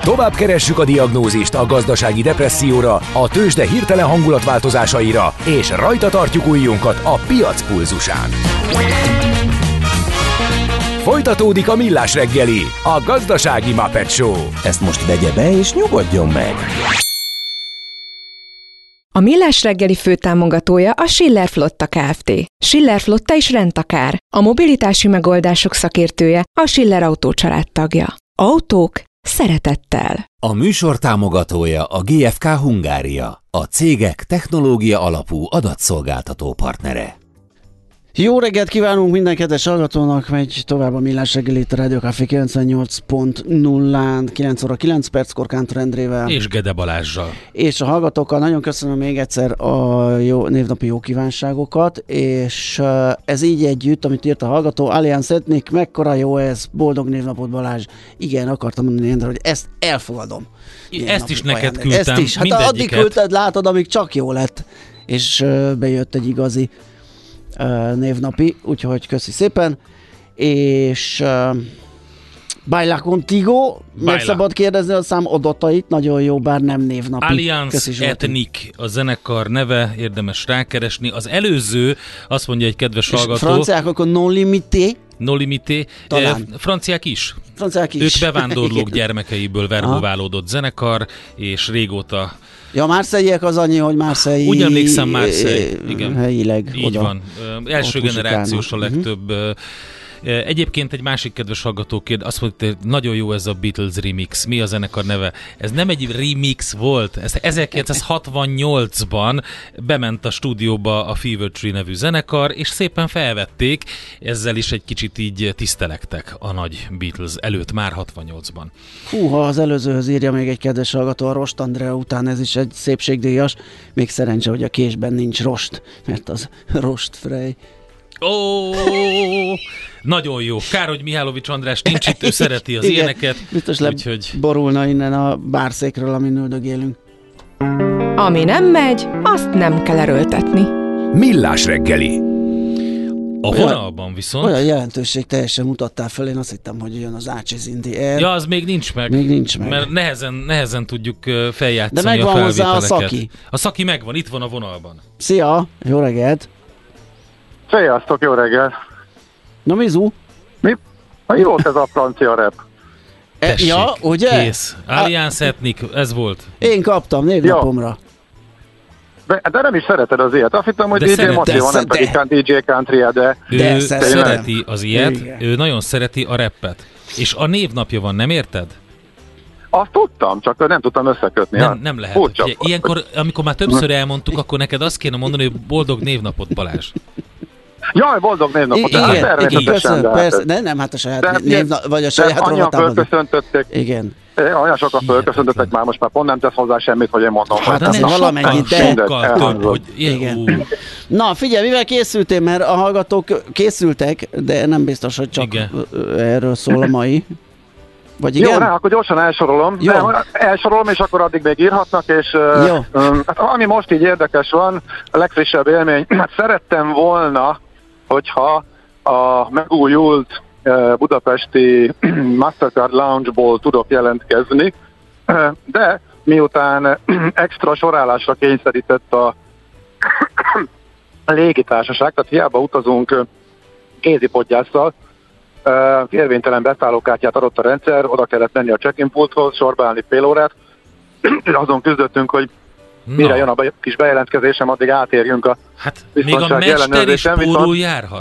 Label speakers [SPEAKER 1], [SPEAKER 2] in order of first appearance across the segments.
[SPEAKER 1] Tovább keressük a diagnózist a gazdasági depresszióra, a tőzsde hirtelen hangulatváltozásaira, és rajta tartjuk ujjunkat a piac pulzusán. Folytatódik a Millás reggeli, a gazdasági Muppet Show.
[SPEAKER 2] Ezt most vegye be és nyugodjon meg!
[SPEAKER 3] A Millás reggeli főtámogatója a Schiller Flotta Kft. Schiller Flotta is rendtakár. A mobilitási megoldások szakértője, a Schiller Autó család tagja. Autók szeretettel.
[SPEAKER 2] A műsor támogatója a GFK Hungária, a cégek technológia alapú adatszolgáltató partnere.
[SPEAKER 4] Jó reggelt kívánunk minden kedves hallgatónak, megy tovább a Millás reggeli itt a Rádió Café 98.0-án, 9 óra 9 perckor Kántor Endrével.
[SPEAKER 5] És Gede Balázssal.
[SPEAKER 4] És a hallgatókkal nagyon köszönöm még egyszer a névnapi jó kívánságokat, és ez így együtt, amit írt a hallgató, Allianz Ethnic, mekkora jó ez, boldog névnapot Balázs. Igen, akartam mondani, Endre, hogy ezt elfogadom.
[SPEAKER 5] Ezt is neked küldtem,
[SPEAKER 4] ezt is. Hát addig küldted, látod, amíg csak jó lett, és bejött egy igazi névnapi, úgyhogy köszi szépen, és Baila Contigo, meg szabad kérdezni a szám adatait, nagyon jó, bár nem névnapi.
[SPEAKER 5] Allianz Ethnic a zenekar neve, érdemes rákeresni. Az előző, azt mondja egy kedves hallgató.
[SPEAKER 4] És franciák akkor Non Limité.
[SPEAKER 5] Non Limité. Franciák is. Ők bevándorlók gyermekeiből verbuválódott zenekar, és régóta.
[SPEAKER 4] Ja, Marseille-ek az annyi, hogy Marseille...
[SPEAKER 5] Úgy emlékszem, Marseille, igen.
[SPEAKER 4] Helyileg
[SPEAKER 5] így
[SPEAKER 4] oda.
[SPEAKER 5] Van. Első generációs a legtöbb. Egyébként egy másik kedves hallgató azt mondta, hogy nagyon jó ez a Beatles remix. Mi a zenekar neve? Ez nem egy remix volt. Ez 1968-ban bement a stúdióba a Fever Tree nevű zenekar, és szépen felvették. Ezzel is egy kicsit így tisztelektek a nagy Beatles előtt, már 68-ban.
[SPEAKER 4] Húha, az előzőhöz írja még egy kedves hallgató, a Rost Andrea után ez is egy szépségdíjas. Még szerencse, hogy a késben nincs rost, mert az Rost Frey.
[SPEAKER 5] Nagyon jó. Kár, hogy Mihálovics András nincs itt, ő szereti az ilyeneket.
[SPEAKER 4] Biztos borulna innen a bárszékről, amin üldögélünk.
[SPEAKER 3] Ami nem megy, azt nem kell erőltetni.
[SPEAKER 1] Millás reggeli.
[SPEAKER 5] A vonalban viszont...
[SPEAKER 4] Olyan jelentőség teljesen mutattál föl, én azt hittem, hogy jön az Archie's in the Air.
[SPEAKER 5] Ja, az még nincs meg. Mert nehezen tudjuk feljátszani.
[SPEAKER 4] De megvan
[SPEAKER 5] a felvételeket.
[SPEAKER 4] Hozzá a Szaki.
[SPEAKER 5] A Szaki megvan, itt van a vonalban.
[SPEAKER 4] Szia, jó reggelt.
[SPEAKER 6] Sziasztok, jó reggel!
[SPEAKER 4] Na, Mizu?
[SPEAKER 6] Mi? Jó volt ez a francia rap.
[SPEAKER 5] Tessék,
[SPEAKER 4] ja, ugye?
[SPEAKER 5] Kész. Allianz Ethnic, ez volt.
[SPEAKER 4] Én kaptam névnapomra.
[SPEAKER 6] De nem is szereted az ilyet. Azt hittem, hogy DJ Mati van, nem pedig DJ Country, de
[SPEAKER 5] ő szereti az ilyet, ő nagyon szereti a rappet. És a névnapja van, nem érted?
[SPEAKER 6] Azt tudtam, csak nem tudtam összekötni.
[SPEAKER 5] Nem lehet. Ugye, ilyenkor, amikor már többször elmondtuk, akkor neked azt kéne mondani, hogy boldog névnapot, Balázs.
[SPEAKER 6] Jaj, boldog névnapot.
[SPEAKER 4] Igen, persze. Nem, hát a saját vagy a saját rovatában.
[SPEAKER 6] Annyian fölköszöntötték.
[SPEAKER 4] Igen.
[SPEAKER 6] Olyan sokan fölköszöntöttek már, most már pont nem tesz hozzá semmit, hogy én mondom.
[SPEAKER 4] Hát nem valamennyit,
[SPEAKER 5] Igen.
[SPEAKER 4] Na, figyelj, mivel készültél, mert a hallgatók készültek, de nem biztos, hogy csak erről szól a mai. Vagy igen?
[SPEAKER 6] Jó, akkor gyorsan elsorolom. Elsorolom, és akkor addig még írhatnak, és hát, ami most így érdekes van, a legfrissebb élmény, hát szerettem volna, hogyha a megújult budapesti Mastercard Lounge-ból tudok jelentkezni, de miután extra sorálásra kényszerített a légitársaság, tehát hiába utazunk kézipodgyásszal, érvénytelen beszállókártyát adott a rendszer, oda kellett menni a check-in pulthoz, sorba állni fél órát, azon küzdöttünk, hogy mire jön a kis bejelentkezésem, addig átérjünk a biztonsági ellenőrzésen.
[SPEAKER 5] Még a mester is pórul járhat?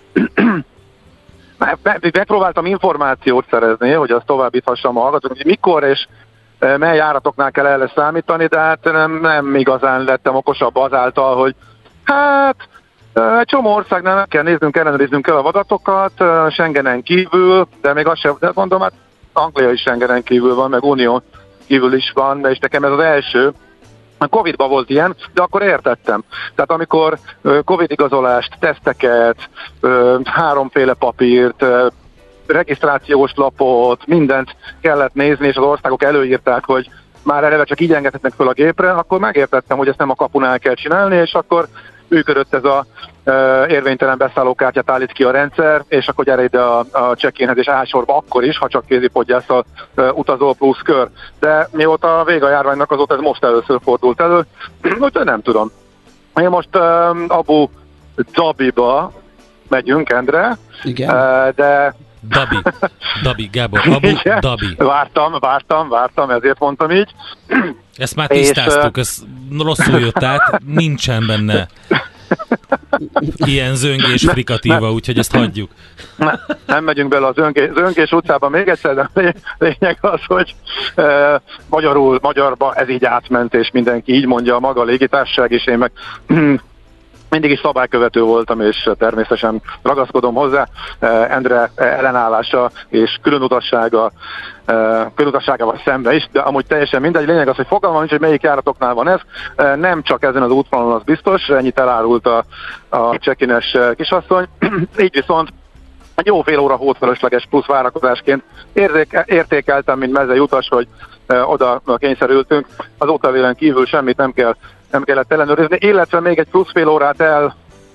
[SPEAKER 6] Megpróbáltam információt szerezni, hogy azt továbbíthassam a hallgatók, hogy mikor és mely járatoknál kell erre számítani, de hát nem igazán lettem okosabb azáltal, hogy egy csomó országnál nem kell néznünk, ellenőriznünk kell a adatokat, Schengenen kívül, de még azt sem, de mondom, hát Anglia is Schengenen kívül van, meg Unió kívül is van, és nekem ez az első. A Covid-ban volt ilyen, de akkor értettem. Tehát amikor Covid igazolást, teszteket, háromféle papírt, regisztrációs lapot, mindent kellett nézni, és az országok előírták, hogy már eleve csak így engedhetnek föl a gépre, akkor megértettem, hogy ezt nem a kapunál kell csinálni, és akkor működött ez a érvénytelen beszállókártyát állít ki a rendszer, és akkor gyere ide a check-inhez és álsorba akkor is, ha csak kézipodgyásszal utazó plusz kör. De mióta vége a járványnak, azóta ez most először fordult elő, úgyhogy nem tudom. Én most Abu Dhabiba megyünk, Endre.
[SPEAKER 4] Igen.
[SPEAKER 6] De...
[SPEAKER 5] Dabi, Gábor, Abu Dhabi.
[SPEAKER 6] Vártam, ezért mondtam így.
[SPEAKER 5] Ezt már tisztáztuk, ez rosszul jött át, nincsen benne ilyen zöngés frikatíva, úgyhogy ezt hagyjuk.
[SPEAKER 6] Nem megyünk bele a zöngés utcába még egyszer, de lényeg az, hogy magyarba ez így átment, és mindenki így mondja, a maga légitársaság, és én meg mindig is szabálykövető voltam, és természetesen ragaszkodom hozzá. Endre ellenállása és különutasságával szembe is, de amúgy teljesen mindegy. Lényeg az, hogy fogalmam nincs, hogy melyik járatoknál van ez. Nem csak ezen az útvonalon, az biztos, ennyit elárult a check-ines kisasszony. Így viszont egy jó fél óra hótfölösleges plusz várakozásként értékeltem, mint mezei utas, hogy oda kényszerültünk. Az útlevélen kívül semmit nem kellett ellenőrizni, illetve még egy plusz fél órát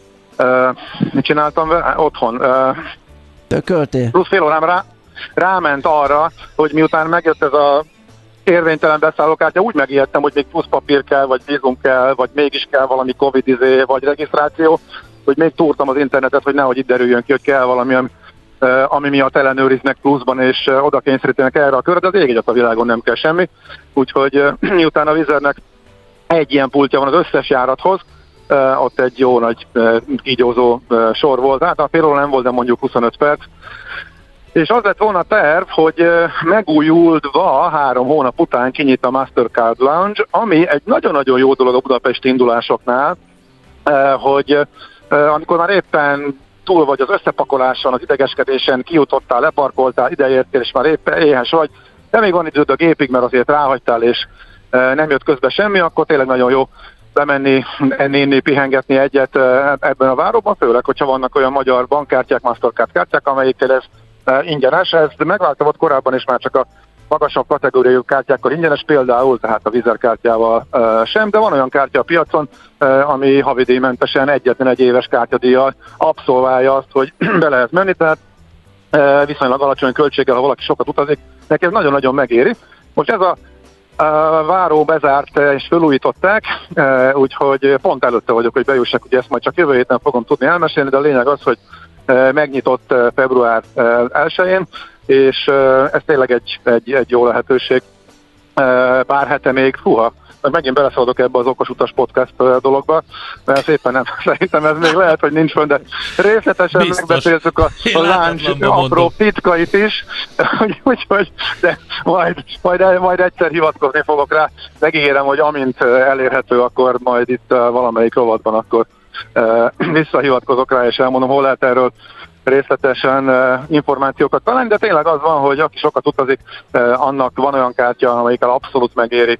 [SPEAKER 6] mit csináltam otthon?
[SPEAKER 4] Tököltél?
[SPEAKER 6] Plusz fél órám ráment arra, hogy miután megjött ez a érvénytelen beszállókártya, úgy megijedtem, hogy még plusz papír kell, vagy vízum kell, vagy mégis kell valami Covid vagy regisztráció, hogy még túrtam az internetet, hogy nehogy itt derüljön ki, hogy kell valami, ami miatt ellenőriznek pluszban, és oda kényszerítenek erre a körre, de az ég egyet a világon nem kell semmi. Úgyhogy miután a Wizzairnek egy ilyen pultja van az összes járathoz, ott egy jó nagy kígyózó sor volt. Hát a fél óra nem volt, de mondjuk 25 perc. És az lett volna a terv, hogy megújultva 3 hónap után kinyit a Mastercard Lounge, ami egy nagyon-nagyon jó dolog a budapesti indulásoknál, hogy amikor már éppen túl vagy az összepakoláson, az idegeskedésen, kijutottál, leparkoltál, ideértél, és már éppen éhes vagy, de még van időd a gépig, mert azért ráhagytál, és nem jött közbe semmi, akkor tényleg nagyon jó bemenni, enni, pihengetni egyet ebben a váróban, főleg, hogyha vannak olyan magyar bankkártyák, Mastercard kártyák, amelyikkel ez ingyenes. Ez megváltozott korábban is, már csak a magasabb kategóriájú kártyákkal ingyenes, például tehát a Wizzair kártyával sem, de van olyan kártya a piacon, ami havidíjmentesen egyetlen egy éves kártyadíjjal abszolválja azt, hogy be lehet menni, tehát viszonylag alacsony költséggel, ha valaki sokat utazik, neki ez nagyon-nagyon megéri. Most ez a váró bezárt és felújították, úgyhogy pont előtte vagyok, hogy bejussak, ugye ezt majd csak jövő héten fogom tudni elmesélni, de a lényeg az, hogy megnyitott február 1-én, és ez tényleg egy jó lehetőség. Pár hete még, megint beleszaladok ebbe az Okos Utas podcast dologba, mert szépen nem, szerintem ez még lehet, hogy nincs fönn, de részletesen megbeszéltük a lunch apró titkait is, úgyhogy de majd egyszer hivatkozni fogok rá. Megígérem, hogy amint elérhető, akkor majd itt valamelyik rovatban akkor visszahivatkozok rá, és elmondom, hol lehet erről részletesen információkat találni, de tényleg az van, hogy aki sokat utazik, annak van olyan kártya, amelyikkel abszolút megéri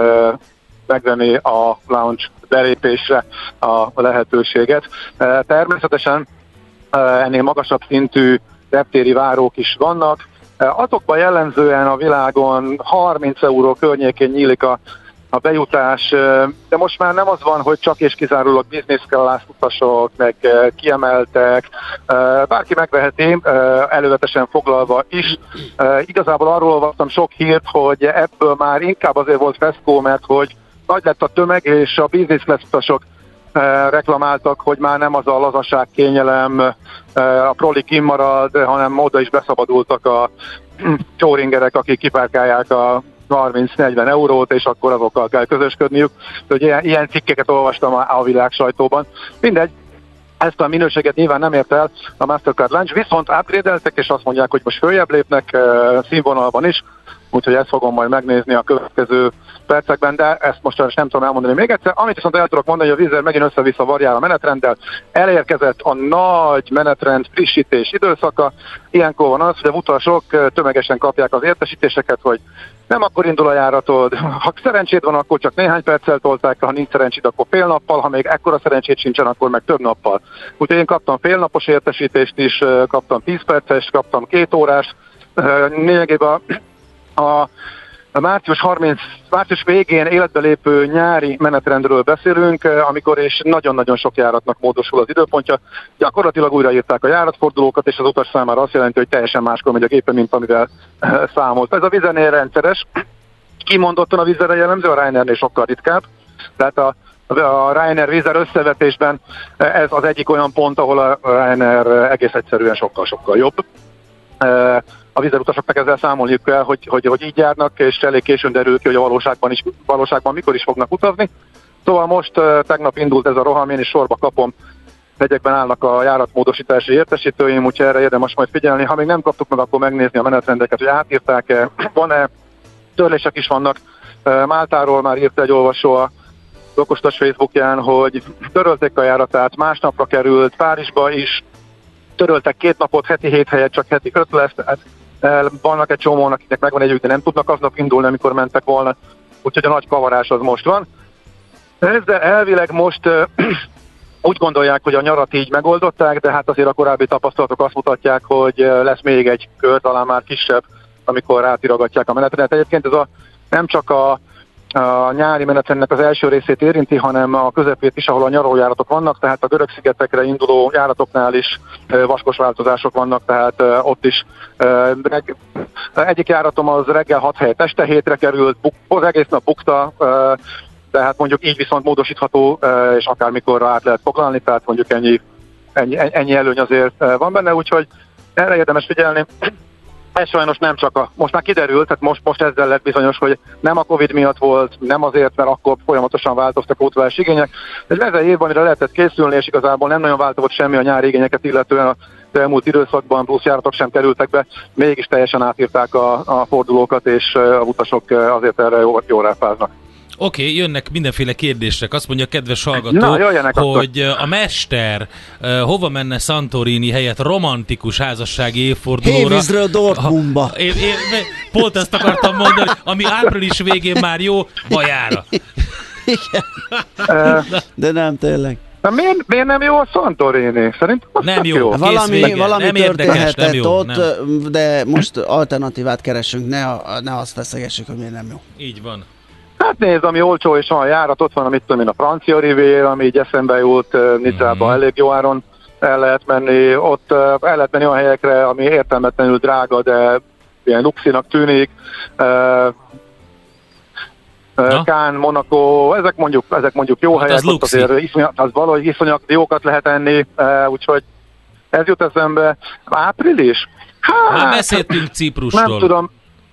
[SPEAKER 6] megvenni a lounge belépésre a lehetőséget. Természetesen ennél magasabb szintű reptéri várók is vannak. Azokban jellemzően a világon 30 euró környékén nyílik a bejutás, de most már nem az van, hogy csak és kizárólag business class utasok, meg kiemeltek, bárki megveheti, előzetesen foglalva is. Igazából arról olvastam sok hírt, hogy ebből már inkább azért volt feszkó, mert hogy nagy lett a tömeg, és a business class utasok reklamáltak, hogy már nem az a lazaság, kényelem, a proli kimarad, hanem oda is beszabadultak a csóringerek, akik kipárkálják a 30-40 eurót, és akkor azokkal kell közösködniük. Hogy ilyen cikkeket olvastam a világ sajtóban. Mindegy, ezt a minőséget nyilván nem ért el a Mastercard Lounge, viszont upgrade-eltek, és azt mondják, hogy most följebb lépnek színvonalban is, úgyhogy ezt fogom majd megnézni a következő percekben, de ezt most nem tudom elmondani még egyszer. Amit viszont el tudok mondani, hogy a Wizzair megint össze-vissza variál a menetrenddel. Elérkezett a nagy menetrend frissítés időszaka. Ilyenkor van az, hogy a utasok tömegesen kapják az értesítéseket, hogy nem akkor indul a járatod, ha szerencséd van, akkor csak néhány perccel tolták, ha nincs szerencséd, akkor fél nappal, ha még ekkora szerencsét sincsen, akkor meg több nappal. Úgyhogy én kaptam félnapos értesítést is, kaptam 10 perces, kaptam 2 órás. Lényegében a március végén életbe lépő nyári menetrendről beszélünk, amikor és nagyon-nagyon sok járatnak módosul az időpontja. Gyakorlatilag újraírták a járatfordulókat, és az utas számára azt jelenti, hogy teljesen máskor megy a gépe, mint amivel számolt. Ez a Wizz Airnél rendszeres. Kimondottan a Wizz Airre jellemző, a Ryanairnél sokkal ritkább. Tehát a Ryanair Wizz Air összevetésben ez az egyik olyan pont, ahol a Ryanair egész egyszerűen sokkal jobb. A Wizz Air utasoknak ezzel számolniuk kell, hogy így járnak, és elég későn derül ki, hogy a valóságban mikor is fognak utazni. Szóval most tegnap indult ez a roham, én is sorba kapom, jegyekben állnak a járatmódosítási értesítőim, úgyhogy erre érdemes majd figyelni. Ha még nem kaptuk meg, akkor megnézni a menetrendeket, hogy átírták-e, van-e, törlések is vannak. Máltáról már írt egy olvasó a okostas Facebookján, hogy törölték a járatát, másnapra került, Párizsba is töröltek 2 napot, heti 7 helyet, csak heti 5 lesz, tehát vannak egy csomóan, akiknek megvan egy, de nem tudnak aznap indulni, amikor mentek volna, úgyhogy a nagy kavarás az most van. De elvileg most úgy gondolják, hogy a nyarat így megoldották, de hát azért a korábbi tapasztalatok azt mutatják, hogy lesz még egy kör, talán már kisebb, amikor átirogatják a menetrendet. Egyébként ez nem csak a nyári menetrendnek az első részét érinti, hanem a közepét is, ahol a nyaralójáratok vannak, tehát a Görög-szigetekre induló járatoknál is vaskos változások vannak, tehát ott is egyik járatom az reggel 6 helyett este 7-re került, az egész nap bukta, tehát mondjuk így viszont módosítható, és akármikorra át lehet foglalni, tehát mondjuk ennyi előny azért van benne, úgyhogy erre érdemes figyelni. Ez sajnos nem csak most már kiderült, tehát most ezzel lett bizonyos, hogy nem a Covid miatt volt, nem azért, mert akkor folyamatosan változtak útválási igények. Ez 1000 évben, amire lehetett készülni, és igazából nem nagyon változott semmi a nyári igényeket, illetően az elmúlt időszakban plusz járatok sem kerültek be, mégis teljesen átírták a fordulókat, és a utasok azért erre jól ráfáznak.
[SPEAKER 5] Oké, jönnek mindenféle kérdések. Azt mondja a kedves hallgató, hogy a mester hova menne Santorini helyett romantikus házassági évfordulóra.
[SPEAKER 4] Hévízről Dortmundba.
[SPEAKER 5] Én pont ezt akartam mondani, ami április végén már jó, Bajára.
[SPEAKER 4] Igen. De nem, tényleg.
[SPEAKER 6] Na miért nem jó a Santorini? Szerintem
[SPEAKER 5] nem jó.
[SPEAKER 4] Valami történhetett ott,
[SPEAKER 5] nem.
[SPEAKER 4] De most alternatívát keresünk, ne azt feszegessük, hogy miért nem jó.
[SPEAKER 5] Így van.
[SPEAKER 6] Hát nézd, ami olcsó és van a járat, ott van, amit tudom én, a Francia Riviera, ami így eszembe jut, Nicába elég jó áron el lehet menni, ott el lehet menni olyan helyekre, ami értelmetlenül drága, de ilyen luxinak tűnik. Cannes, Monaco, ezek mondjuk jó hát helyek, ott azért az valahogy iszonyat jókat lehet enni, úgyhogy ez jut eszembe. Április?
[SPEAKER 5] Hát beszéltünk Ciprusról.
[SPEAKER 6] Nem tudom.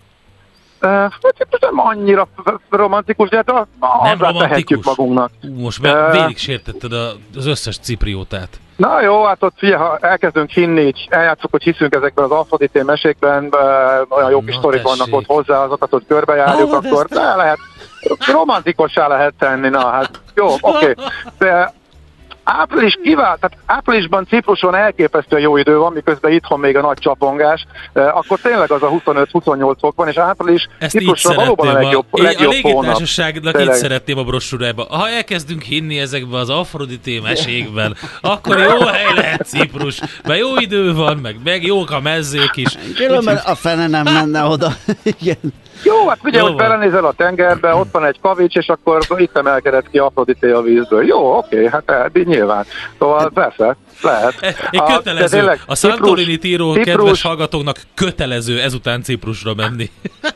[SPEAKER 6] Nem annyira romantikus, de azzá tehetjük magunknak.
[SPEAKER 5] Most végig sértetted az összes cipriótát.
[SPEAKER 6] Na jó, hát ott figyelj, ha elkezdünk hinni, eljátszuk, hogy hiszünk ezekben az Afrodité mesékben, olyan jó kis sztorik vannak ott hozzá, azokat ott körbejárjuk, akkor lehet, romantikussá lehet tenni, na hát jó, oké. De április tehát áprilisban Cipruson elképesztően jó idő van, miközben itthon még a nagy csapongás, akkor tényleg az a 25-28 fok van, és április Ciprusra valóban a legjobb hónap.
[SPEAKER 5] A légitársaságnak így szeretném a brossúrába. Ha elkezdünk hinni ezekben az Afrodité mesékben, akkor jó hely lehet Ciprus, mert jó idő van, meg jók a mezzék is.
[SPEAKER 4] Különben a fene nem menne oda. Igen.
[SPEAKER 6] Jó, hát ugye, hogy belenézel a tengerbe, ott van egy kavics, és akkor itt emelkedett ki Afrodité a vízből. Jó, oké, hát nyilván. Szóval persze, lehet.
[SPEAKER 5] Kötelező. A Santorini író kedves hallgatóknak kötelező ezután Ciprusra menni.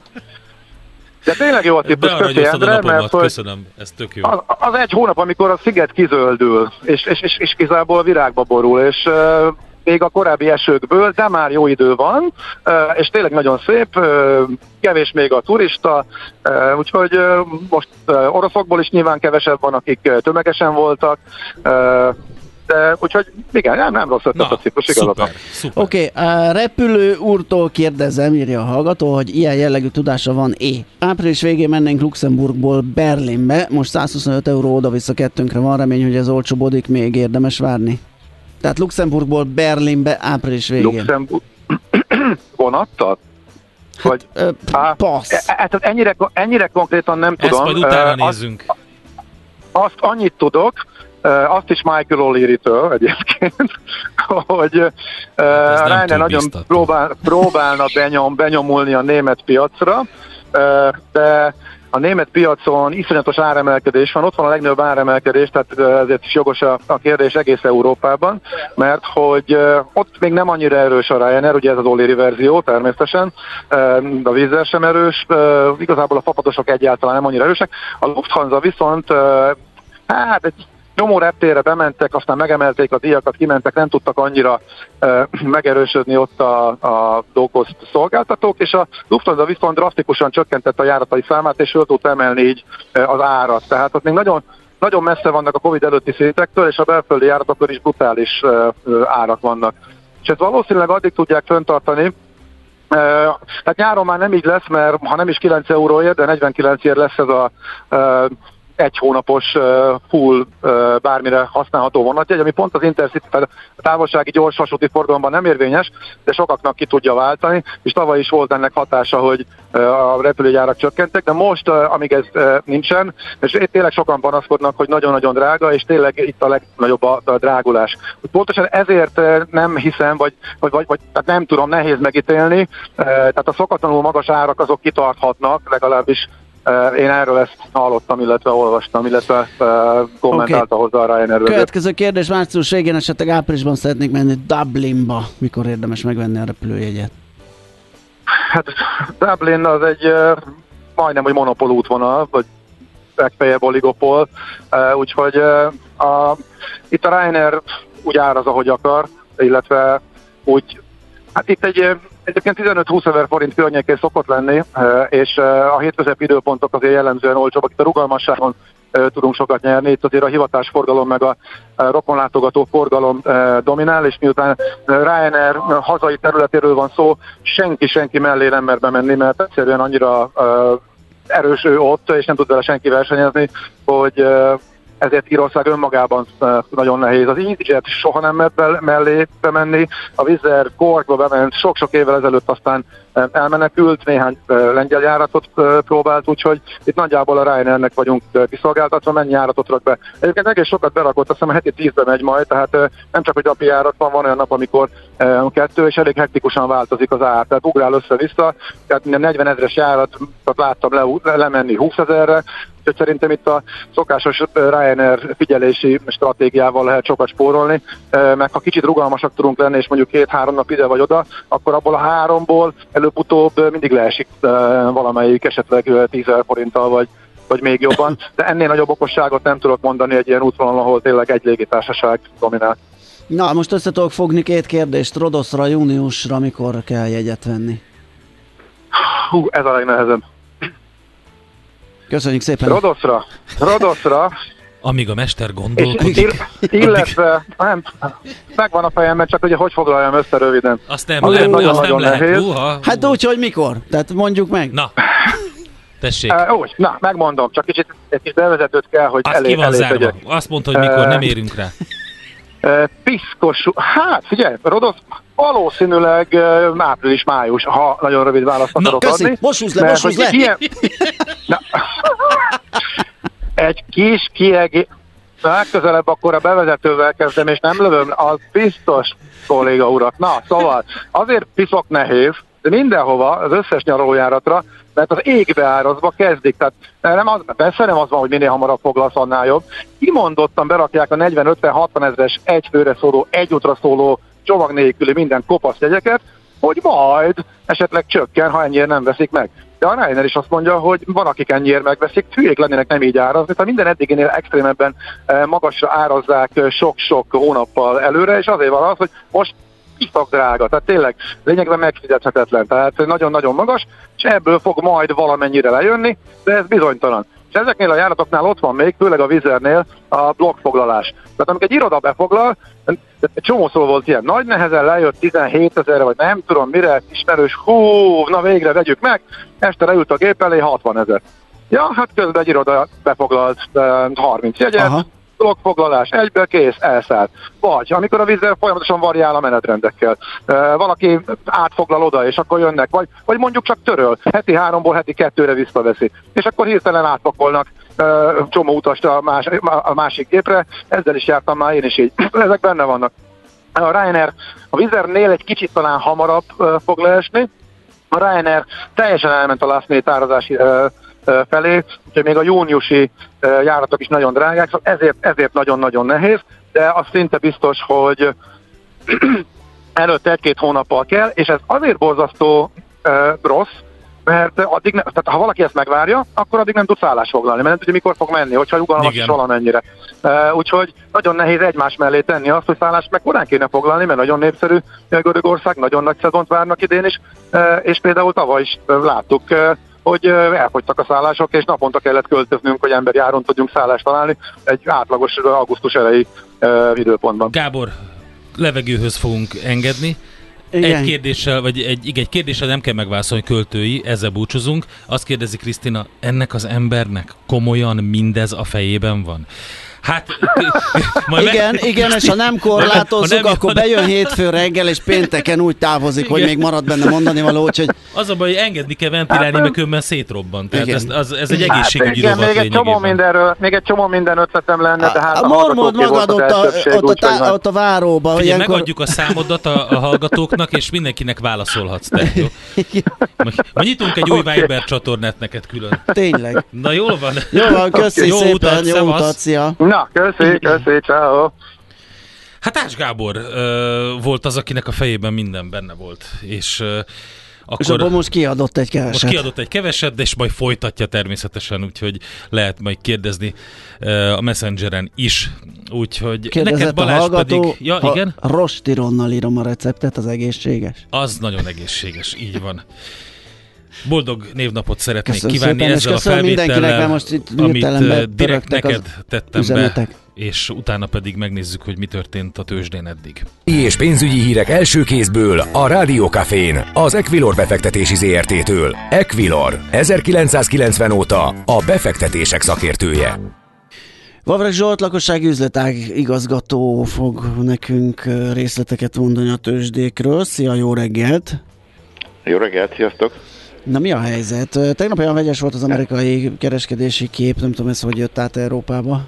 [SPEAKER 6] De tényleg jó a Ciprus, köszi Endre, mert
[SPEAKER 5] köszönöm, ez tök jó.
[SPEAKER 6] Az egy hónap, amikor a sziget kizöldül, és igazából virágba borul, és még a korábbi esőkből, de már jó idő van, és tényleg nagyon szép, kevés még a turista, úgyhogy most oroszokból is nyilván kevesebb van, akik tömegesen voltak, de úgyhogy igen, nem rossz ötlet a Ciprus, igazad.
[SPEAKER 4] Oké, repülő úrtól kérdezem, írja a hallgató, hogy ilyen jellegű tudása van-e. Április végén mennénk Luxemburgból Berlinbe, most 125 euró oda-vissza kettőnkre, van remény, hogy ez olcsóbodik, még érdemes várni. Tehát Luxemburgból Berlinbe április végén.
[SPEAKER 6] Luxemburg vonattal? Vagy
[SPEAKER 4] passz.
[SPEAKER 6] Hát ennyire konkrétan nem tudom.
[SPEAKER 5] Ezt majd utána nézzünk.
[SPEAKER 6] Azt annyit tudok, azt is Michael O'Leary-től egyébként, hogy Ryanair nagyon próbálna benyomulni a német piacra, de a német piacon iszonyatos áremelkedés van, ott van a legnagyobb áremelkedés, tehát ezért is jogos a kérdés egész Európában, mert hogy ott még nem annyira erős a Ryanair, ugye ez az O'Leary verzió természetesen, a Wizz Air sem erős, igazából a fapadosok egyáltalán nem annyira erősek, a Lufthansa viszont egy csomó reptérre bementek, aztán megemelték a díjakat, kimentek, nem tudtak annyira megerősödni ott a low-cost szolgáltatók, és a Lufthansa viszont drasztikusan csökkentette a járatai számát, és föl tudta emelni így az árat. Tehát ott még nagyon, nagyon messze vannak a Covid előtti szintektől, és a belföldi járatokon is brutális árak vannak. És ezt valószínűleg addig tudják fenntartani, tehát nyáron már nem így lesz, mert ha nem is 9 euróért, de 49-ért lesz ez a egy hónapos full bármire használható vonatjegy, ami pont az Intercity, a távolsági gyors vasúti forgalomban nem érvényes, de sokaknak ki tudja váltani, és tavaly is volt ennek hatása, hogy a repülőgyárak csökkentek, de most, amíg ez nincsen, és tényleg sokan panaszkodnak, hogy nagyon-nagyon drága, és tényleg itt a legnagyobb a drágulás. Pontosan ezért nem hiszem, vagy tehát nem tudom, nehéz megítélni, tehát a szokatlanul magas árak azok kitarthatnak, legalábbis én erről ezt hallottam, illetve olvastam, illetve kommentálta hozzá a Ryanair.
[SPEAKER 4] Következő kérdés, március végén, esetleg áprilisban szeretnék menni Dublinba. Mikor érdemes megvenni a repülőjegyet?
[SPEAKER 6] Hát Dublin az egy majdnem, hogy monopól útvonal, vagy legfeljebb oligopol, úgyhogy itt a Ryanair úgy áraz, ahogy akar, illetve úgy, hát itt egyébként 15-20 ezer forint környékén szokott lenni, és a hétköznapi időpontok azért jellemzően olcsóbbak. Itt a rugalmasságon tudunk sokat nyerni, itt azért a hivatásforgalom meg a rokonlátogató forgalom dominál, és miután Ryanair hazai területéről van szó, senki mellé nem mer bemenni, mert egyszerűen annyira erős ő ott, és nem tud vele senki versenyezni, hogy ezért Írország önmagában nagyon nehéz. Az EasyJet soha nem mert mellé bemenni, a Wizz Air Corkba bement sok-sok évvel ezelőtt, aztán elmenekült, néhány lengyel járatot próbált, úgyhogy itt nagyjából a Ryanairnek vagyunk kiszolgáltatva, mennyi járatot rak be. Egyébként egész sokat berakott, azt hiszem heti 10-be megy majd, tehát nem csak, hogy napi járat van olyan nap, amikor 2, és elég hektikusan változik az ár, tehát ugrál össze-vissza, tehát 40 000-es járatot láttam lemenni 20 000-re, úgyhogy szerintem itt a szokásos Ryanair figyelési stratégiával lehet sokat spórolni, meg ha kicsit rugalmasak tudunk lenni, és mondjuk 2-3 nap ide vagy oda, akkor abból a 3-ból előbb-utóbb mindig leesik valamelyik, esetleg 10 000 forinttal, vagy még jobban, de ennél nagyobb okosságot nem tudok mondani egy ilyen útvonalon, ahol tényleg egy légitársaság dominál.
[SPEAKER 4] Na, most össze tudok fogni 2 kérdést. Rodoszra, júniusra mikor kell jegyet venni?
[SPEAKER 6] Ez a legnehezebb.
[SPEAKER 4] Köszönjük szépen.
[SPEAKER 6] Rodoszra.
[SPEAKER 5] Amíg a mester gondolkodik.
[SPEAKER 6] Illetve, nem, megvan a fejemben, csak ugye hogy foglaljam össze röviden.
[SPEAKER 5] Azt nem lehet.
[SPEAKER 4] Hát úgy, hogy mikor? Tehát mondjuk meg.
[SPEAKER 5] Na, tessék.
[SPEAKER 6] Úgy, na, megmondom, csak egy kis bevezetőt kell, hogy elé tegyek.
[SPEAKER 5] Azt mondta, hogy mikor, nem érünk rá.
[SPEAKER 6] Piszkos, hát figyelj, Rodosz valószínűleg április-május, ha nagyon rövid választ akarok adni.
[SPEAKER 4] Most húzd le!
[SPEAKER 6] Egy kis legközelebb akkor a bevezetővel kezdem, és nem lövöm, az biztos, kolléga urak. Na, szóval azért piszok nehéz, de mindenhova, az összes nyaralójáratra, mert az égbeárazva kezdik. Tehát persze nem az van, hogy minél hamarabb foglalsz, annál jobb. Kimondottan berakják a 40-50-60 ezeres egy főre szóló, egy útra szóló csomag nélküli minden kopasz jegyeket, hogy majd esetleg csökken, ha ennyire nem veszik meg. De a Ryanair is azt mondja, hogy van, akik ennyire megveszik, hülyék lennének nem így árazni, tehát minden eddiginél extrémebben magasra árazzák sok-sok hónappal előre, és azért van az, hogy most iszak drága, tehát tényleg lényegben megfizethetetlen, tehát nagyon-nagyon magas, és ebből fog majd valamennyire lejönni, de ez bizonytalan. És ezeknél a járatoknál ott van még, főleg a Wizz Airnél a blokkfoglalás. Tehát amikor egy iroda befoglal, egy csomószor volt ilyen, nagy nehezen lejött 17 000-re, vagy nem tudom mire, ismerős, na végre vegyük meg, este leült a gép elé 60 000. Ja, hát közben egy iroda befoglalt 30 jegyet, aha. Blokkfoglalás, egybe kész, elszállt. Vagy amikor a Wizz Air folyamatosan variál a menetrendekkel. Valaki átfoglal oda, és akkor jönnek, vagy mondjuk csak töröl. Heti 3-ból heti 2-re visszaveszi. És akkor hirtelen átpakolnak csomó utast a másik gépre. Ezzel is jártam már én is így. Ezek benne vannak. A Ryanair, a Wizz Airnél egy kicsit talán hamarabb fog leesni, A Ryanair teljesen elment a last minute árazási felé, úgyhogy még a júniusi járatok is nagyon drágák, szóval ezért nagyon-nagyon nehéz, de az szinte biztos, hogy előtte 1-2 hónappal kell, és ez azért borzasztó rossz, mert addig tehát ha valaki ezt megvárja, akkor addig nem tud szállást foglalni, mert nem tudja, mikor fog menni, hogyha ugalmas is valamennyire. Úgyhogy nagyon nehéz egymás mellé tenni azt, hogy szállást meg korán kéne foglalni, mert nagyon népszerű Görögország, nagyon nagy szezont várnak idén is, és például tavaly is láttuk, hogy elfogytak a szállások, és naponta kellett költöznünk, hogy emberi áron tudjunk szállást találni egy átlagos augusztus elejé időpontban.
[SPEAKER 5] Gábor, levegőhöz fogunk engedni.
[SPEAKER 4] Igen.
[SPEAKER 5] Egy kérdéssel nem kell megválaszolni, költői, ezzel búcsúzunk. Azt kérdezi Krisztina, ennek az embernek komolyan mindez a fejében van? Hát,
[SPEAKER 4] igen, és ha nem korlátozzuk, akkor bejön hétfő reggel, és pénteken úgy távozik, hogy még marad benne mondani való, úgyhogy...
[SPEAKER 5] Az a baj, hogy engedni kell ventilálni, mert különben szétrobban. Tehát ez egy egészségügyi rovat lényegében.
[SPEAKER 6] Még egy csomó minden ötletem lenne, de hát a
[SPEAKER 4] mormod magad ott a váróba.
[SPEAKER 5] Figyelj, megadjuk a számodat a hallgatóknak, és mindenkinek válaszolhatsz. Tehát, jó? Ma nyitunk egy új Viber csatornát neked külön.
[SPEAKER 4] Tényleg.
[SPEAKER 5] Na jól van.
[SPEAKER 4] Jó van, köszi szépen, jó utat, szia.
[SPEAKER 6] Na, köszi, ciao.
[SPEAKER 5] Hát Ács Gábor volt az, akinek a fejében minden benne volt, és
[SPEAKER 4] akkor most kiadott egy keveset.
[SPEAKER 5] De és majd folytatja természetesen, úgyhogy lehet majd kérdezni a Messengeren is. Úgyhogy
[SPEAKER 4] kérdezett
[SPEAKER 5] neked Balázs
[SPEAKER 4] a hallgató,
[SPEAKER 5] pedig... Ja, igen?
[SPEAKER 4] Rostironnal írom a receptet, az egészséges?
[SPEAKER 5] Az nagyon egészséges, így van. Boldog névnapot szeretnék
[SPEAKER 4] köszönöm
[SPEAKER 5] kívánni
[SPEAKER 4] szépen,
[SPEAKER 5] ezzel a felvétellel,
[SPEAKER 4] most itt
[SPEAKER 5] amit direkt neked tettem
[SPEAKER 4] üzenetek.
[SPEAKER 5] be, és utána pedig megnézzük, hogy mi történt a tőzsdén eddig.
[SPEAKER 1] És pénzügyi hírek első kézből a Rádió Cafén, az Equilor befektetési ZRT-től. Equilor, 1990 óta a befektetések szakértője.
[SPEAKER 4] Vavreg Zsolt, lakossági üzletág igazgató fog nekünk részleteket mondani a tőzsdékről. Szia, jó reggelt!
[SPEAKER 7] Jó reggelt, sziasztok!
[SPEAKER 4] Na, mi a helyzet? Tegnap olyan vegyes volt az amerikai kereskedési kép, nem tudom, ez hogy jött át Európába?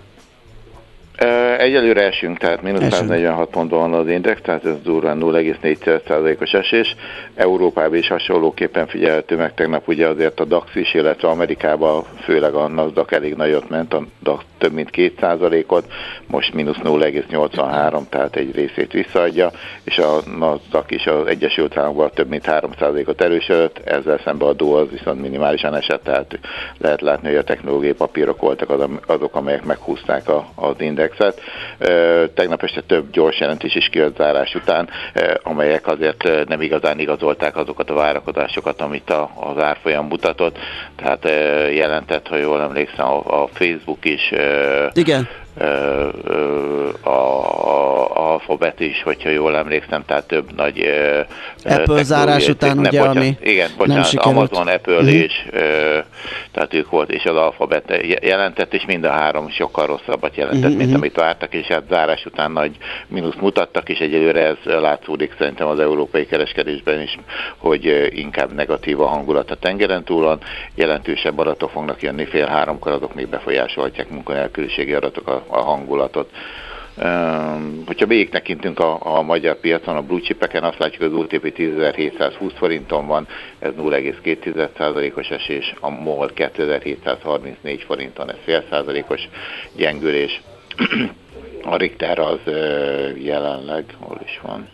[SPEAKER 7] Egyelőre esünk, tehát mínusz 146 ponton van az index, tehát ez durván 0,4%-os esés. Európában is hasonlóképpen figyelhető meg tegnap ugye azért a DAX is, illetve Amerikában főleg a Nasdaq elég nagyot ment, a DAX több mint 2%-ot, most mínusz 0,83, tehát egy részét visszaadja, és a Nasdaq is az Egyesült Államokban több mint 3%-ot erősödött, ezzel szemben a Dow az viszont minimálisan esett, tehát lehet látni, hogy a technológiai papírok voltak azok, amelyek meghúzták az indexet. Tegnap este több gyors jelentés is kijött zárás után, amelyek azért nem igazán igazolták azokat a várakozásokat, amit az árfolyam mutatott, tehát jelentett, ha jól emlékszem, a Facebook is,
[SPEAKER 4] igen.
[SPEAKER 7] A Alphabet is, hogyha jól emlékszem, tehát több nagy
[SPEAKER 4] Apple zárás után ugye, ami nem sikerült.
[SPEAKER 7] Amazon, Apple is, tehát ők volt, és az Alphabet jelentett, és mind a három sokkal rosszabbat jelentett, mint amit vártak, és hát zárás után nagy mínusz mutattak, és egyelőre ez látszódik szerintem az európai kereskedésben is, hogy inkább negatív a hangulat a tengeren túlon, jelentősebb adatok fognak jönni, 2-3-kor, azok még befolyásolhatják munkanélküliségi adatok a hangulatot. Hogyha végigtekintünk a magyar piacon, a blue chipeken, azt látjuk, hogy az OTP 10.720 forinton van, ez 0,2%-os esés, a MOL 2.734 forinton, ez fél százalékos gyengülés. A Richter az jelenleg, hol is van,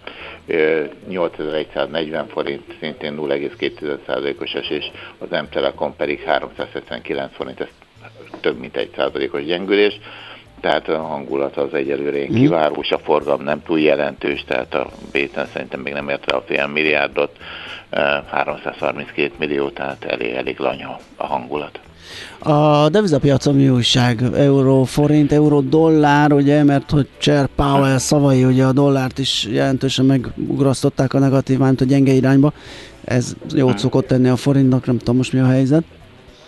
[SPEAKER 7] 8140 forint, szintén 0,2%-os esés, az M-Telekom pedig 379 forint, ez több mint 1%-os gyengülés. Tehát a hangulat az egyelőre kivárós, a forgalom nem túl jelentős, tehát a Béten szerintem még nem ért el a fél milliárdot, 332 millió, tehát elég lanyha a hangulat.
[SPEAKER 4] A devizapiacon mi újság? Euró, forint, euró, dollár, ugye, mert hogy Chair Powell szavai ugye a dollárt is jelentősen megugrasztották a negatív, mármint a gyenge irányba. Ez jót szokott tenni a forintnak, nem tudom most mi a helyzet.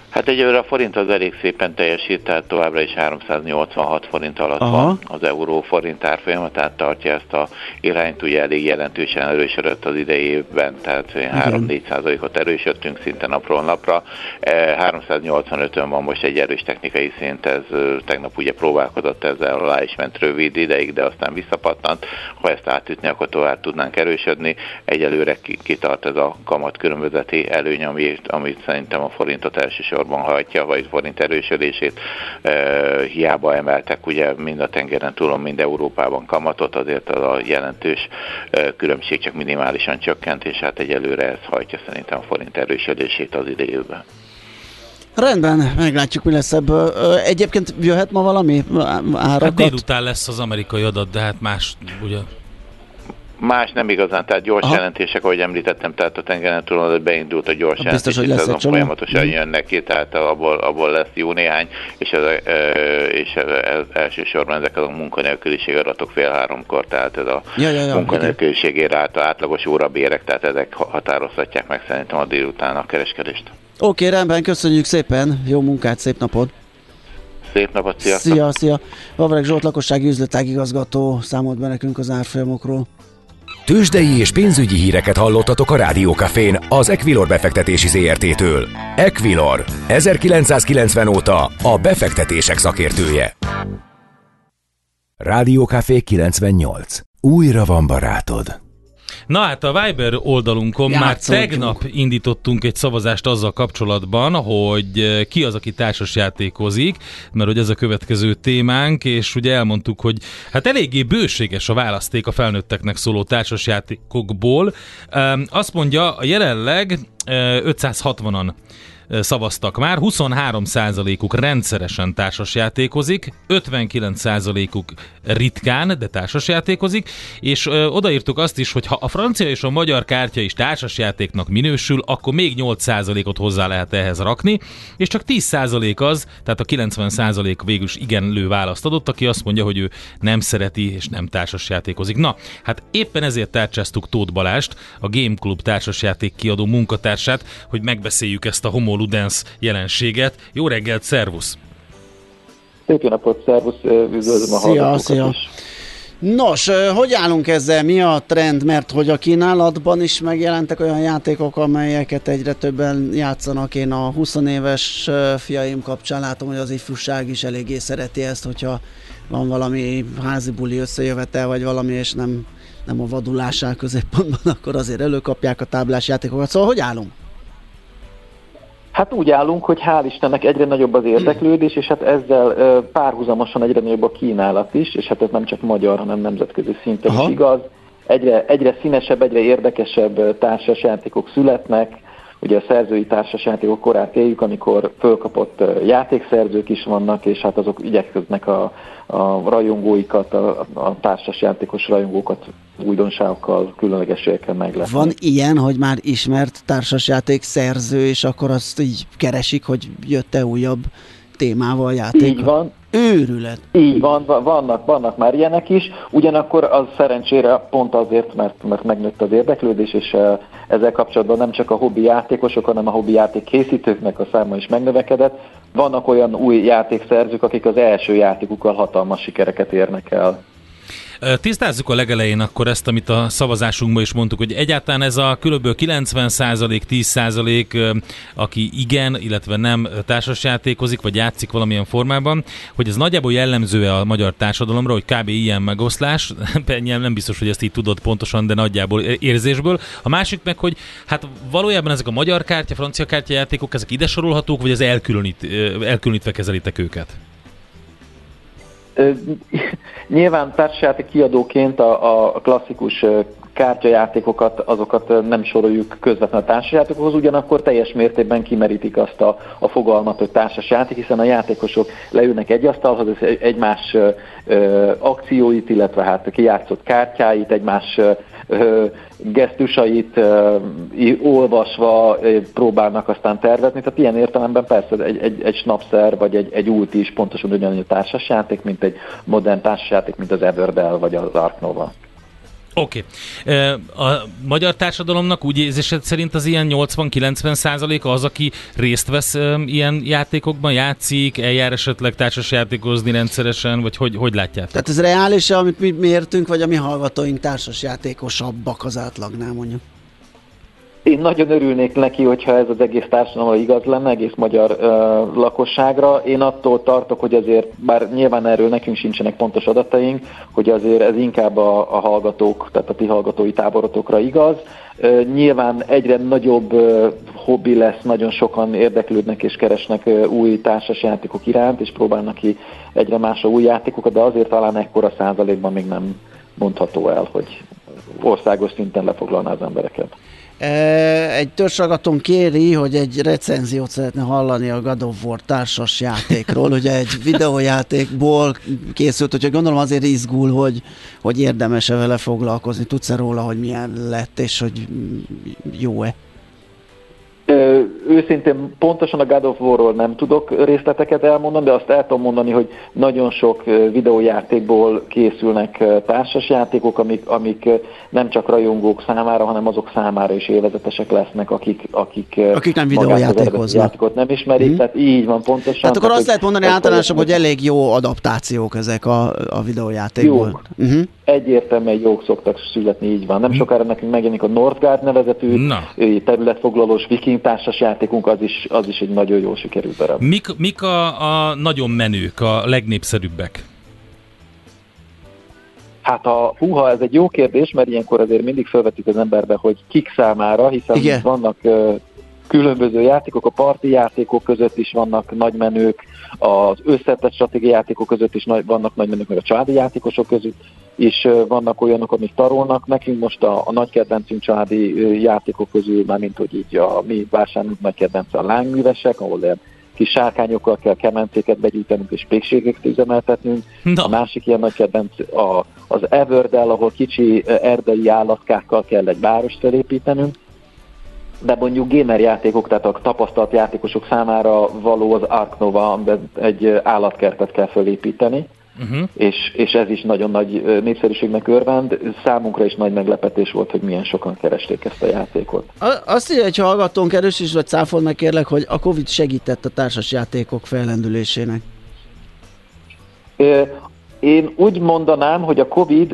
[SPEAKER 7] Hát egyelőre a forint az elég szépen teljesít, tehát továbbra is 386 forint alatt van az euró-forint árfolyama, tehát tartja ezt a irányt, ugye elég jelentősen erősödött az idei évben, tehát 3-4%-ot erősödtünk szinte napról napra. 385-ön van most egy erős technikai szint, ez tegnap ugye próbálkozott ezzel, alá is ment rövid ideig, de aztán visszapattant. Ha ezt átütni, akkor tovább tudnánk erősödni. Egyelőre kitart ez a kamat különbözeti előny, amit szerintem a forintot elsősorban hajtja, vagy forint erősödését. Hiába emeltek ugye mind a tengeren túlon, mind Európában kamatot, azért az a jelentős különbség csak minimálisan csökkent, és hát egyelőre ez hajtja szerintem a forint erősödését az idejében.
[SPEAKER 4] Rendben, meglátjuk, mi lesz ebből. Egyébként jöhet ma valami árakat?
[SPEAKER 5] Hát délután lesz az amerikai adat, de hát más, ugye?
[SPEAKER 7] Más nem igazán, tehát gyors jelentések, ahogy említettem, tehát a tengeren túlon beindult a gyors jelentési szezon, folyamatosan jönnek ki, tehát abból lesz jó néhány, és elsősorban ezek a munkanélküliség adatok 2:30-kor, tehát ez a munkanélküliségére átlagos órabérek, tehát ezek határozhatják meg szerintem a délután a kereskedést.
[SPEAKER 4] Oké, rendben, köszönjük szépen, jó munkát, szép napot!
[SPEAKER 7] Szép napot, sziasztok!
[SPEAKER 4] Szia! Vavreg Zsolt lakossági üzletágigazgató számolt be nekünk az árfolyamokról.
[SPEAKER 1] Tőzsdei és pénzügyi híreket hallottatok a Rádió Cafén az Equilor befektetési ZRT-től. Equilor, 1990 óta a befektetések szakértője. Rádió Café 98. Újra van barátod.
[SPEAKER 5] Na hát a Viber oldalunkon már tegnap indítottunk egy szavazást azzal kapcsolatban, hogy ki az, aki társasjátékozik, mert hogy ez a következő témánk, és ugye elmondtuk, hogy hát eléggé bőséges a választék a felnőtteknek szóló társasjátékokból. Azt mondja, jelenleg 560-an szavaztak már, 23%-uk rendszeresen társasjátékozik, 59%-uk ritkán, de társasjátékozik, és odaírtuk azt is, hogy ha a francia és a magyar kártya is társasjátéknak minősül, akkor még 8%-ot hozzá lehet ehhez rakni, és csak 10% az, tehát a 90% végül is igenlő választ adott, aki azt mondja, hogy ő nem szereti és nem társasjátékozik. Na, hát éppen ezért tárcsáztuk Tóth Balást, a Game Club társasjáték kiadó munkatársát, hogy megbeszéljük ezt a homo ludens jelenséget. Jó reggelt, szervusz!
[SPEAKER 8] Szép napot, szervusz, üdvözlöm a hallgatókat is.
[SPEAKER 4] Nos, hogy állunk ezzel? Mi a trend? Mert hogy a kínálatban is megjelentek olyan játékok, amelyeket egyre többen játszanak. Én a 20 éves fiaim kapcsán látom, hogy az ifjúság is eléggé szereti ezt, hogyha van valami házi buli összejövetel, vagy valami, és nem a vadulás áll középpontban, akkor azért előkapják a táblás játékokat. Szóval hogy állunk?
[SPEAKER 8] Hát úgy állunk, hogy hál' Istennek egyre nagyobb az érdeklődés, és hát ezzel párhuzamosan egyre nagyobb a kínálat is, és hát ez nem csak magyar, hanem nemzetközi szinten is igaz. Egyre színesebb, egyre érdekesebb társasjátékok születnek. Ugye a szerzői társasjátékok korát éljük, amikor fölkapott játékszerzők is vannak, és hát azok igyekeznek a rajongóikat, a társasjátékos rajongókat újdonságokkal, különlegességekkel meglepni.
[SPEAKER 4] Van ilyen, hogy már ismert társasjáték szerző, és akkor azt így keresik, hogy jött-e újabb témával játék?
[SPEAKER 8] Így van.
[SPEAKER 4] Őrület.
[SPEAKER 8] Így van, vannak már ilyenek is, ugyanakkor az szerencsére pont azért, mert megnőtt az érdeklődés, és ezzel kapcsolatban nem csak a hobbi játékosok, hanem a hobbi játék készítőknek a száma is megnövekedett. Vannak olyan új játékszerzők, akik az első játékukkal hatalmas sikereket érnek el.
[SPEAKER 5] Tisztázzuk a legelején akkor ezt, amit a szavazásunkban is mondtuk, hogy egyáltalán ez a kb. 90%, 10%, aki igen, illetve nem társasjátékozik, vagy játszik valamilyen formában, hogy ez nagyjából jellemző a magyar társadalomra, hogy kb. Ilyen megoszlás, nem biztos, hogy ezt így tudod pontosan, de nagyjából érzésből. A másik meg, hogy hát valójában ezek a magyar kártya, francia kártya játékok, ezek ide sorolhatók, vagy ez elkülönítve kezelitek őket?
[SPEAKER 8] Nyilván társasjáték kiadóként a klasszikus kártyajátékokat, azokat nem soroljuk közvetlenül a társasjátékokhoz, ugyanakkor teljes mértékben kimerítik azt a fogalmat, hogy társasjáték, hiszen a játékosok leülnek egy asztalhoz, egymás akcióit, illetve hát kijátszott kártyáit, egymás gesztusait olvasva próbálnak aztán tervezni, tehát ilyen értelemben persze egy snapszer vagy egy ulti is pontosan ugyanúgy a társasjáték, mint egy modern társasjáték, mint az Everdell vagy az Ark Nova.
[SPEAKER 5] Oké. A magyar társadalomnak úgy érzésed szerint az ilyen 80-90% az, aki részt vesz ilyen játékokban, játszik, eljár esetleg társasjátékozni rendszeresen, vagy hogy látjátok?
[SPEAKER 4] Tehát ez reális, amit mi mértünk, vagy a mi hallgatóink társasjátékosabbak az átlagnál, mondjuk?
[SPEAKER 8] Én nagyon örülnék neki, hogyha ez az egész társadalomra igaz lenne, egész magyar lakosságra. Én attól tartok, hogy azért, bár nyilván erről nekünk sincsenek pontos adataink, hogy azért ez inkább a hallgatók, tehát a ti hallgatói táborotokra igaz. Nyilván egyre nagyobb hobbi lesz, nagyon sokan érdeklődnek és keresnek új társasjátékok iránt, és próbálnak ki egyre másra új játékokat, de azért talán ekkora százalékban még nem mondható el, hogy országos szinten lefoglalná az embereket.
[SPEAKER 4] Egy törzshallgatón kéri, hogy egy recenziót szeretne hallani a God of War társas játékról. Ugye egy videójátékból készült, úgyhogy gondolom azért izgul, hogy érdemes-e vele foglalkozni. Tudsz-e róla, hogy milyen lett, és hogy jó-e?
[SPEAKER 8] Őszintén pontosan a God of War-ról nem tudok részleteket elmondani, de azt el tudom mondani, hogy nagyon sok videójátékból készülnek társasjátékok, amik nem csak rajongók számára, hanem azok számára is élvezetesek lesznek, akik
[SPEAKER 4] nem videójátékoznak.
[SPEAKER 8] Nem ismerik, tehát így van pontosan.
[SPEAKER 4] Tehát akkor azt lehet mondani általánosan, hogy elég jó adaptációk ezek a videójátékból.
[SPEAKER 8] Egyértelműen jók szoktak születni, így van. Nem sokára nekünk megjelenik a Northgard nevezetű területfoglalós viking társasjátékunk, az is egy nagyon jól sikerült darab.
[SPEAKER 5] Mik a nagyon menők, a legnépszerűbbek?
[SPEAKER 8] Hát ez egy jó kérdés, mert ilyenkor azért mindig felvetik az emberbe, hogy kik számára, hiszen vannak különböző játékok, a parti játékok között is vannak nagy menők, az összetett stratégiai játékok között is vannak nagy menők, meg a családi játékosok között is vannak olyanok, amik tarolnak. Nekünk most a nagy kedvencünk családi játékok közül, mármint hogy így a mi vásárlónk nagy kedvence a lángművesek, ahol ilyen kis sárkányokkal kell kemencéket begyűjtenünk és pékségeket üzemeltetnünk. A másik ilyen nagy kedvenc az Everdell, ahol kicsi erdei állatkákkal kell egy várost felépítenünk. De mondjuk gamer játékok, tehát a tapasztalt játékosok számára való az Ark Nova, amiben egy állatkertet kell felépíteni, és ez is nagyon nagy népszerűségnek örvend. Számunkra is nagy meglepetés volt, hogy milyen sokan keresték ezt a játékot.
[SPEAKER 4] Azt írja, hogy hallgatónk, erősíts, vagy cáfold meg kérlek, hogy a Covid segített a társasjátékok fellendülésének.
[SPEAKER 8] Én úgy mondanám, hogy a Covid